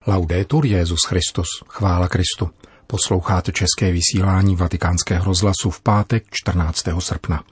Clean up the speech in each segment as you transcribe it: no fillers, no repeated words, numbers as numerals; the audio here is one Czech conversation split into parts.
Laudetur Jesus Christus, chvála Kristu. Posloucháte české vysílání Vatikánského rozhlasu v pátek 14. srpna.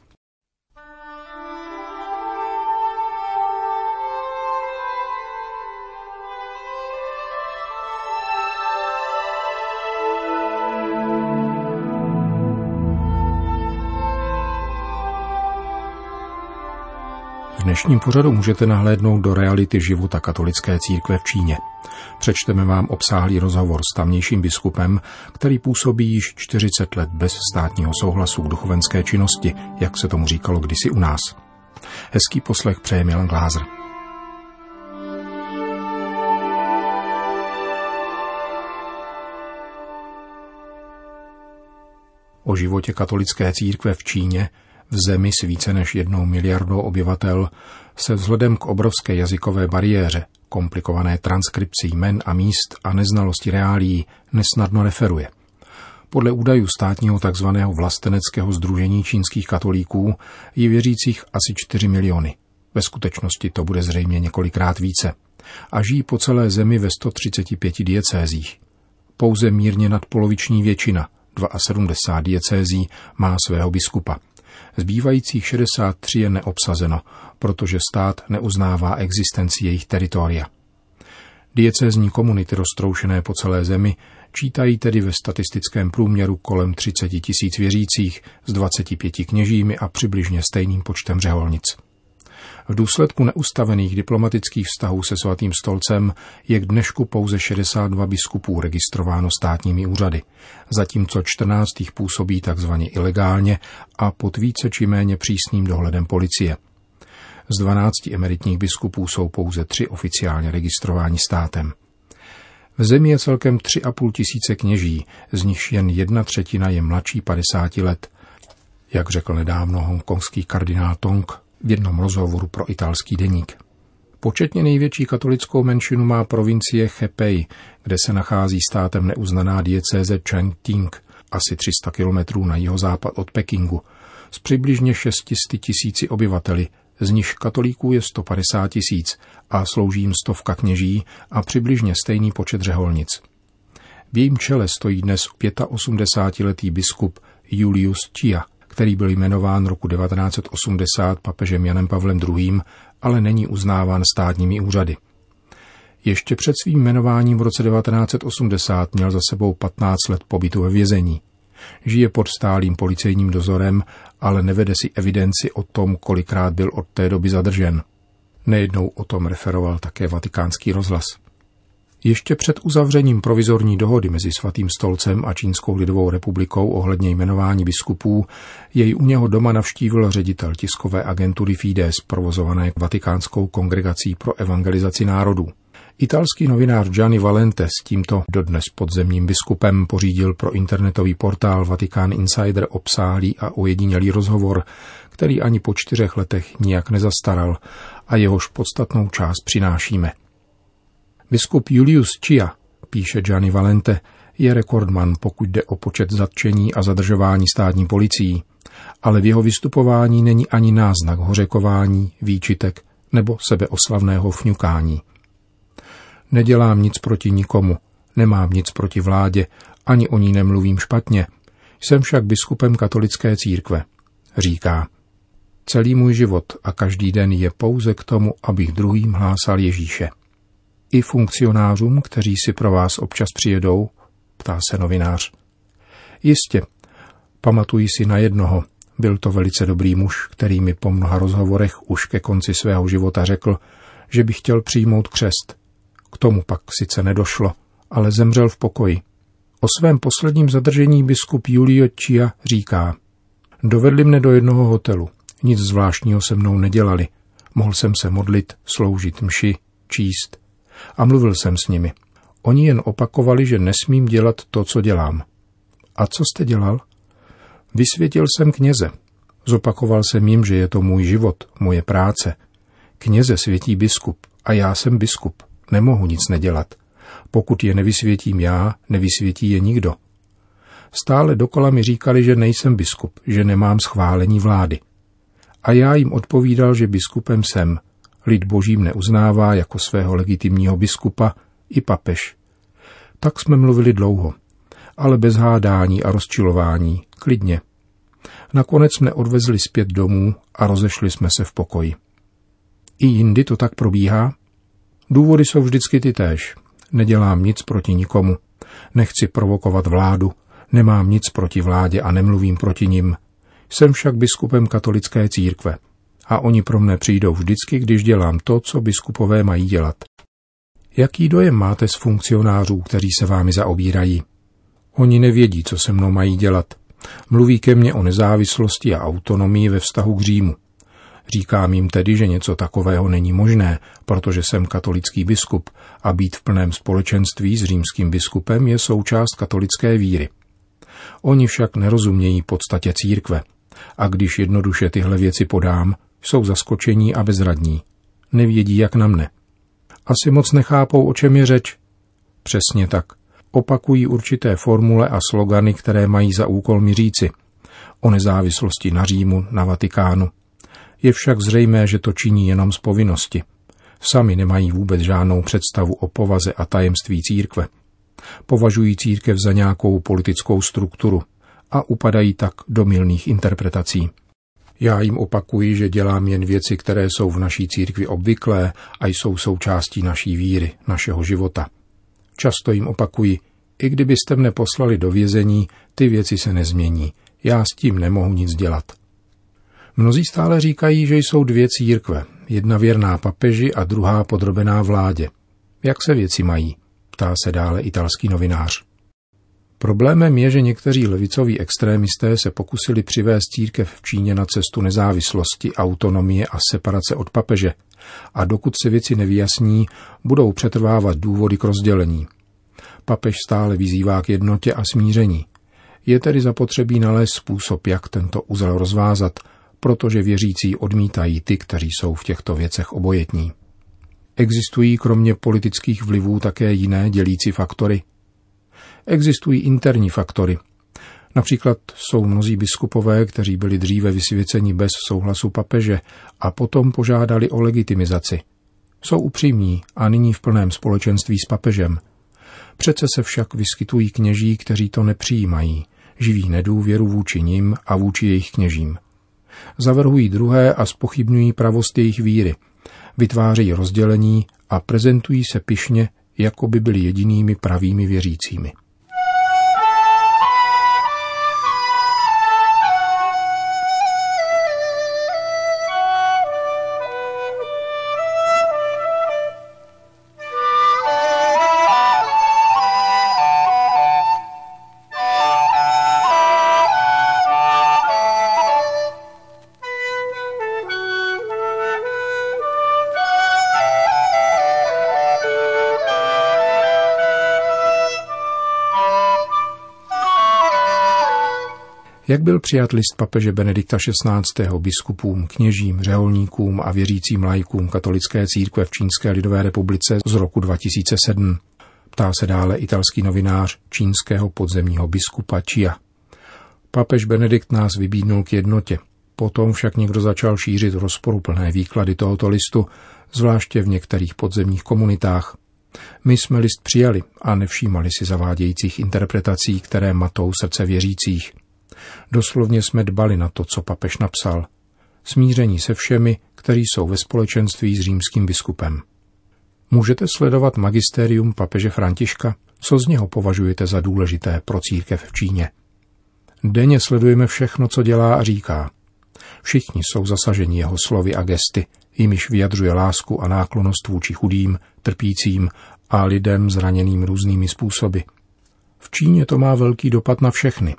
V dnešním pořadu můžete nahlédnout do reality života katolické církve v Číně. Přečteme vám obsáhlý rozhovor s tamnějším biskupem, který působí již 40 let bez státního souhlasu k duchovenské činnosti, jak se tomu říkalo kdysi u nás. Hezký poslech přeje Milan Glázer. O životě katolické církve v Číně, v zemi s více než 1 miliardou obyvatel, se vzhledem k obrovské jazykové bariéře, komplikované transkripci jmen a míst a neznalosti reálií nesnadno referuje. Podle údajů státního tzv. Vlasteneckého sdružení čínských katolíků je věřících asi 4 miliony. Ve skutečnosti to bude zřejmě několikrát více. A žijí po celé zemi ve 135 diecézích. Pouze mírně nadpoloviční většina, 72 diecézí, má svého biskupa. Zbývajících 63 je neobsazeno, protože stát neuznává existenci jejich teritoria. Diecézní komunity roztroušené po celé zemi čítají tedy ve statistickém průměru kolem 30 000 věřících s 25 kněžími a přibližně stejným počtem řeholnic. V důsledku neustavených diplomatických vztahů se Svatým stolcem je k dnešku pouze 62 biskupů registrováno státními úřady, zatímco 14 působí takzvaně ilegálně a pod více či méně přísným dohledem policie. Z 12 emeritních biskupů jsou pouze 3 oficiálně registrováni státem. V zemi je celkem 3,5 tisíce kněží, z nichž jen 1/3 je mladší 50 let, jak řekl nedávno hongkongský kardinál Tong v jednom rozhovoru pro italský deník. Početně největší katolickou menšinu má provincie Hebei, kde se nachází státem neuznaná diecéze Chengting, asi 300 kilometrů na jihozápad od Pekingu, s přibližně 600 000 obyvateli, z nichž katolíků je 150 000 a slouží jim 100 kněží a přibližně stejný počet řeholnic. V jejím čele stojí dnes 85letý biskup Julius Chia, který byl jmenován roku 1980 papežem Janem Pavlem II., ale není uznáván státními úřady. Ještě před svým jmenováním v roce 1980 měl za sebou 15 let pobytu ve vězení. Žije pod stálým policejním dozorem, ale nevede si evidenci o tom, kolikrát byl od té doby zadržen. Nejednou o tom referoval také Vatikánský rozhlas. Ještě před uzavřením provizorní dohody mezi Svatým stolcem a Čínskou lidovou republikou ohledně jmenování biskupů jej u něho doma navštívil ředitel tiskové agentury Fides, provozované Vatikánskou kongregací pro evangelizaci národů. Italský novinář Gianni Valente s tímto dodnes podzemním biskupem pořídil pro internetový portál Vatican Insider obsáhlý a ojedinělý rozhovor, který ani po 4 letech nijak nezastaral a jehož podstatnou část přinášíme. Biskup Julius Chia, píše Gianni Valente, je rekordman, pokud jde o počet zatčení a zadržování státní policií, ale v jeho vystupování není ani náznak hořekování, výčitek nebo sebeoslavného fňukání. Nedělám nic proti nikomu, nemám nic proti vládě, ani o ní nemluvím špatně, jsem však biskupem katolické církve, říká. Celý můj život a každý den je pouze k tomu, abych druhým hlásal Ježíše. I funkcionářům, kteří si pro vás občas přijedou, ptá se novinář. Jistě, pamatuji si na jednoho, byl to velice dobrý muž, který mi po mnoha rozhovorech už ke konci svého života řekl, že by chtěl přijmout křest. K tomu pak sice nedošlo, ale zemřel v pokoji. O svém posledním zadržení biskup Julio Chia říká. Dovedli mne do jednoho hotelu, nic zvláštního se mnou nedělali. Mohl jsem se modlit, sloužit mši, číst. A mluvil jsem s nimi. Oni jen opakovali, že nesmím dělat to, co dělám. A co jste dělal? Vysvětil jsem kněze. Zopakoval jsem jim, že je to můj život, moje práce. Kněze světí biskup a já jsem biskup. Nemohu nic nedělat. Pokud je nevysvětím já, nevysvětí je nikdo. Stále dokola mi říkali, že nejsem biskup, že nemám schválení vlády. A já jim odpovídal, že biskupem jsem. Lid boží mne uznává jako svého legitimního biskupa i papež. Tak jsme mluvili dlouho, ale bez hádání a rozčilování, klidně. Nakonec mne odvezli zpět domů a rozešli jsme se v pokoji. I jindy to tak probíhá? Důvody jsou vždycky tytéž. Nedělám nic proti nikomu, nechci provokovat vládu, nemám nic proti vládě a nemluvím proti nim. Jsem však biskupem katolické církve a oni pro mne přijdou vždycky, když dělám to, co biskupové mají dělat. Jaký dojem máte z funkcionářů, kteří se vámi zaobírají? Oni nevědí, co se mnou mají dělat. Mluví ke mně o nezávislosti a autonomii ve vztahu k Římu. Říkám jim tedy, že něco takového není možné, protože jsem katolický biskup a být v plném společenství s římským biskupem je součást katolické víry. Oni však nerozumějí podstatě církve a když jednoduše tyhle věci podám, jsou zaskočení a bezradní. Nevědí, jak na mne. Asi moc nechápou, o čem je řeč. Přesně tak. Opakují určité formule a slogany, které mají za úkol mi říci. O nezávislosti na Římu, na Vatikánu. Je však zřejmé, že to činí jenom z povinnosti. Sami nemají vůbec žádnou představu o povaze a tajemství církve. Považují církev za nějakou politickou strukturu a upadají tak do mylných interpretací. Já jim opakuji, že dělám jen věci, které jsou v naší církvi obvyklé a jsou součástí naší víry, našeho života. Často jim opakuji, i kdybyste mne poslali do vězení, ty věci se nezmění. Já s tím nemohu nic dělat. Mnozí stále říkají, že jsou dvě církve, jedna věrná papeži a druhá podrobená vládě. Jak se věci mají? Ptá se dále italský novinář. Problémem je, že někteří levicoví extrémisté se pokusili přivést církev v Číně na cestu nezávislosti, autonomie a separace od papeže a dokud se věci nevyjasní, budou přetrvávat důvody k rozdělení. Papež stále vyzývá k jednotě a smíření. Je tedy zapotřebí nalézt způsob, jak tento uzel rozvázat, protože věřící odmítají ty, kteří jsou v těchto věcech obojętní. Existují kromě politických vlivů také jiné dělící faktory. Existují interní faktory. Například jsou mnozí biskupové, kteří byli dříve vysvěceni bez souhlasu papeže a potom požádali o legitimizaci. Jsou upřímní a nyní v plném společenství s papežem. Přece se však vyskytují kněží, kteří to nepřijímají, živí nedůvěru vůči nim a vůči jejich kněžím. Zavrhují druhé a zpochybňují pravost jejich víry, vytvářejí rozdělení a prezentují se pyšně, jako by byli jedinými pravými věřícími. Jak byl přijat list papeže Benedikta XVI. Biskupům, kněžím, řeholníkům a věřícím laikům katolické církve v Čínské lidové republice z roku 2007? Ptá se dále italský novinář čínského podzemního biskupa Chia. Papež Benedikt nás vybídnul k jednotě. Potom však někdo začal šířit rozporuplné výklady tohoto listu, zvláště v některých podzemních komunitách. My jsme list přijali a nevšímali si zavádějících interpretací, které matou srdce věřících. Doslovně jsme dbali na to, co papež napsal. Smíření se všemi, kteří jsou ve společenství s římským biskupem. Můžete sledovat magisterium papeže Františka? Co z něho považujete za důležité pro církev v Číně? Denně sledujeme všechno, co dělá a říká. Všichni jsou zasaženi jeho slovy a gesty, jimiž vyjadřuje lásku a náklonnost vůči chudým, trpícím a lidem zraněným různými způsoby. V Číně to má velký dopad na všechny.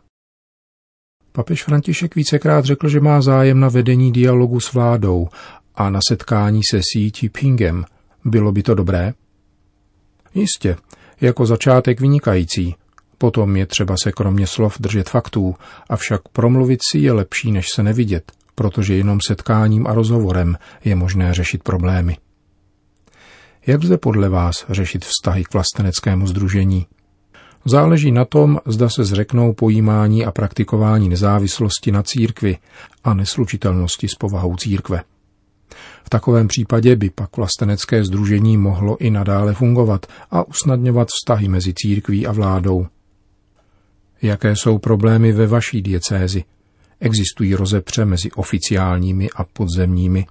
Papež František vícekrát řekl, že má zájem na vedení dialogu s vládou a na setkání se Xi Jinpingem. Bylo by to dobré? Jistě, jako začátek vynikající. Potom je třeba se kromě slov držet faktů, avšak promluvit si je lepší, než se nevidět, protože jenom setkáním a rozhovorem je možné řešit problémy. Jak lze podle vás řešit vztahy k vlasteneckému sdružení? Záleží na tom, zda se zřeknou pojímání a praktikování nezávislosti na církvi a neslučitelnosti s povahou církve. V takovém případě by pak vlastenecké sdružení mohlo i nadále fungovat a usnadňovat vztahy mezi církví a vládou. Jaké jsou problémy ve vaší diecézi? Existují rozepře mezi oficiálními a podzemními?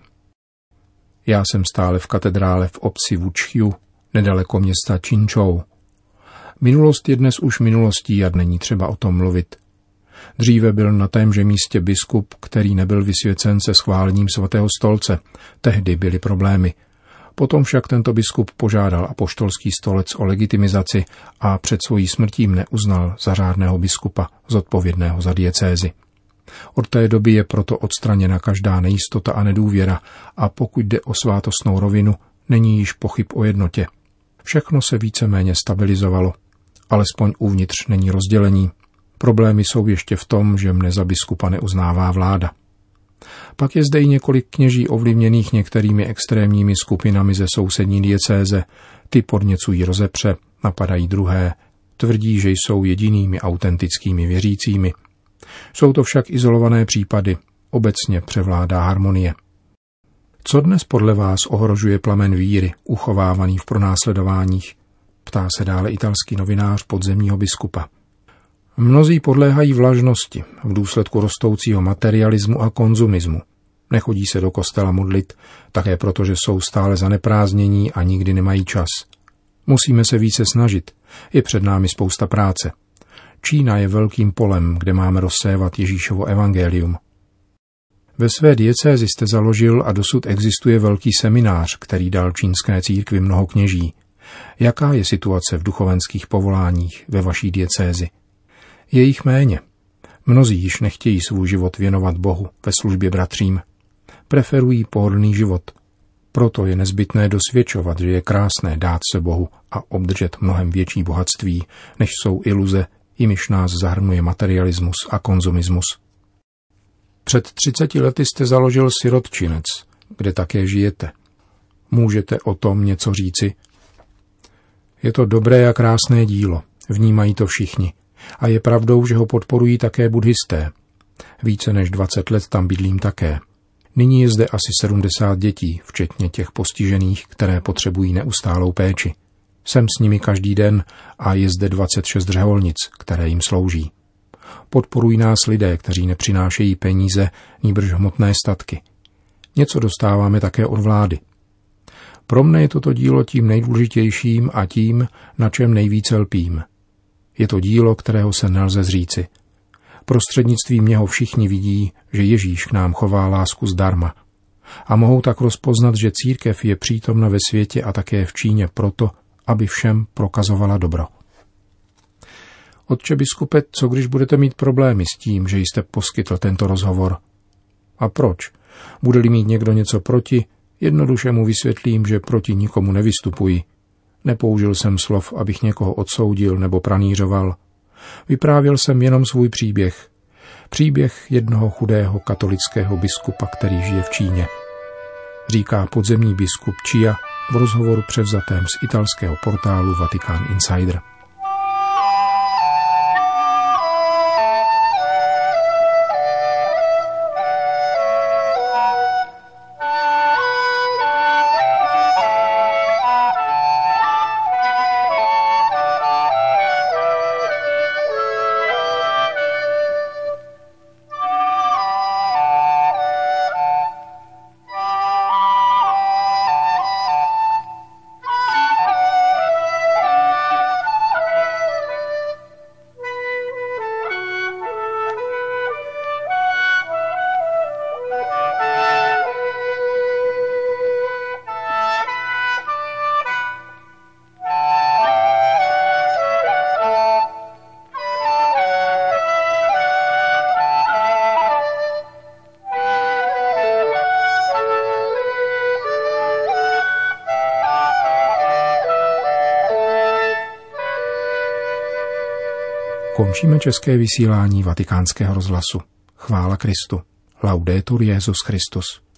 Já jsem stále v katedrále v obci Wuchju, nedaleko města Činčou. Minulost je dnes už minulostí a není třeba o tom mluvit. Dříve byl na témže místě biskup, který nebyl vysvěcen se schválením svatého stolce. Tehdy byly problémy. Potom však tento biskup požádal apoštolský stolec o legitimizaci a před svojí smrtí mne uznal za řádného biskupa, zodpovědného za diecézi. Od té doby je proto odstraněna každá nejistota a nedůvěra a pokud jde o svátostnou rovinu, není již pochyb o jednotě. Všechno se víceméně stabilizovalo. Alespoň uvnitř není rozdělení. Problémy jsou ještě v tom, že mne za biskupa neuznává vláda. Pak je zde i několik kněží ovlivněných některými extrémními skupinami ze sousední diecéze. Ty podněcují rozepře, napadají druhé, tvrdí, že jsou jedinými autentickými věřícími. Jsou to však izolované případy, obecně převládá harmonie. Co dnes podle vás ohrožuje plamen víry, uchovávaný v pronásledováních? Ptá se dále italský novinář podzemního biskupa. Mnozí podléhají vlažnosti v důsledku rostoucího materialismu a konzumismu. Nechodí se do kostela modlit, také proto, že jsou stále zaneprázdnění a nikdy nemají čas. Musíme se více snažit, je před námi spousta práce. Čína je velkým polem, kde máme rozsévat Ježíšovo evangelium. Ve své diecézi jste založil a dosud existuje velký seminář, který dal čínské církvi mnoho kněží. Jaká je situace v duchovenských povoláních ve vaší diecézi? Je jich méně. Mnozí již nechtějí svůj život věnovat Bohu ve službě bratřím. Preferují pohodlný život. Proto je nezbytné dosvědčovat, že je krásné dát se Bohu a obdržet mnohem větší bohatství, než jsou iluze, jimiž nás zahrnuje materialismus a konzumismus. Před 30 lety jste založil sirotčinec, kde také žijete. Můžete o tom něco říci? Je to dobré a krásné dílo, vnímají to všichni. A je pravdou, že ho podporují také buddhisté. Více než 20 let tam bydlím také. Nyní je zde asi 70 dětí, včetně těch postižených, které potřebují neustálou péči. Jsem s nimi každý den a je zde 26 řeholnic, které jim slouží. Podporují nás lidé, kteří nepřinášejí peníze, nýbrž hmotné statky. Něco dostáváme také od vlády. Pro mne je toto dílo tím nejdůležitějším a tím, na čem nejvíce lpím. Je to dílo, kterého se nelze zříci. Prostřednictvím něho všichni vidí, že Ježíš k nám chová lásku zdarma. A mohou tak rozpoznat, že církev je přítomna ve světě a také v Číně proto, aby všem prokazovala dobro. Otče biskupe, co když budete mít problémy s tím, že jste poskytl tento rozhovor? A proč? Bude-li mít někdo něco proti, jednoduše mu vysvětlím, že proti nikomu nevystupuji. Nepoužil jsem slov, abych někoho odsoudil nebo pranířoval. Vyprávěl jsem jenom svůj příběh. Příběh jednoho chudého katolického biskupa, který žije v Číně. Říká podzemní biskup Chia v rozhovoru převzatém z italského portálu Vatican Insider. Končíme české vysílání Vatikánského rozhlasu. Chvála Kristu. Laudetur Jesus Christus.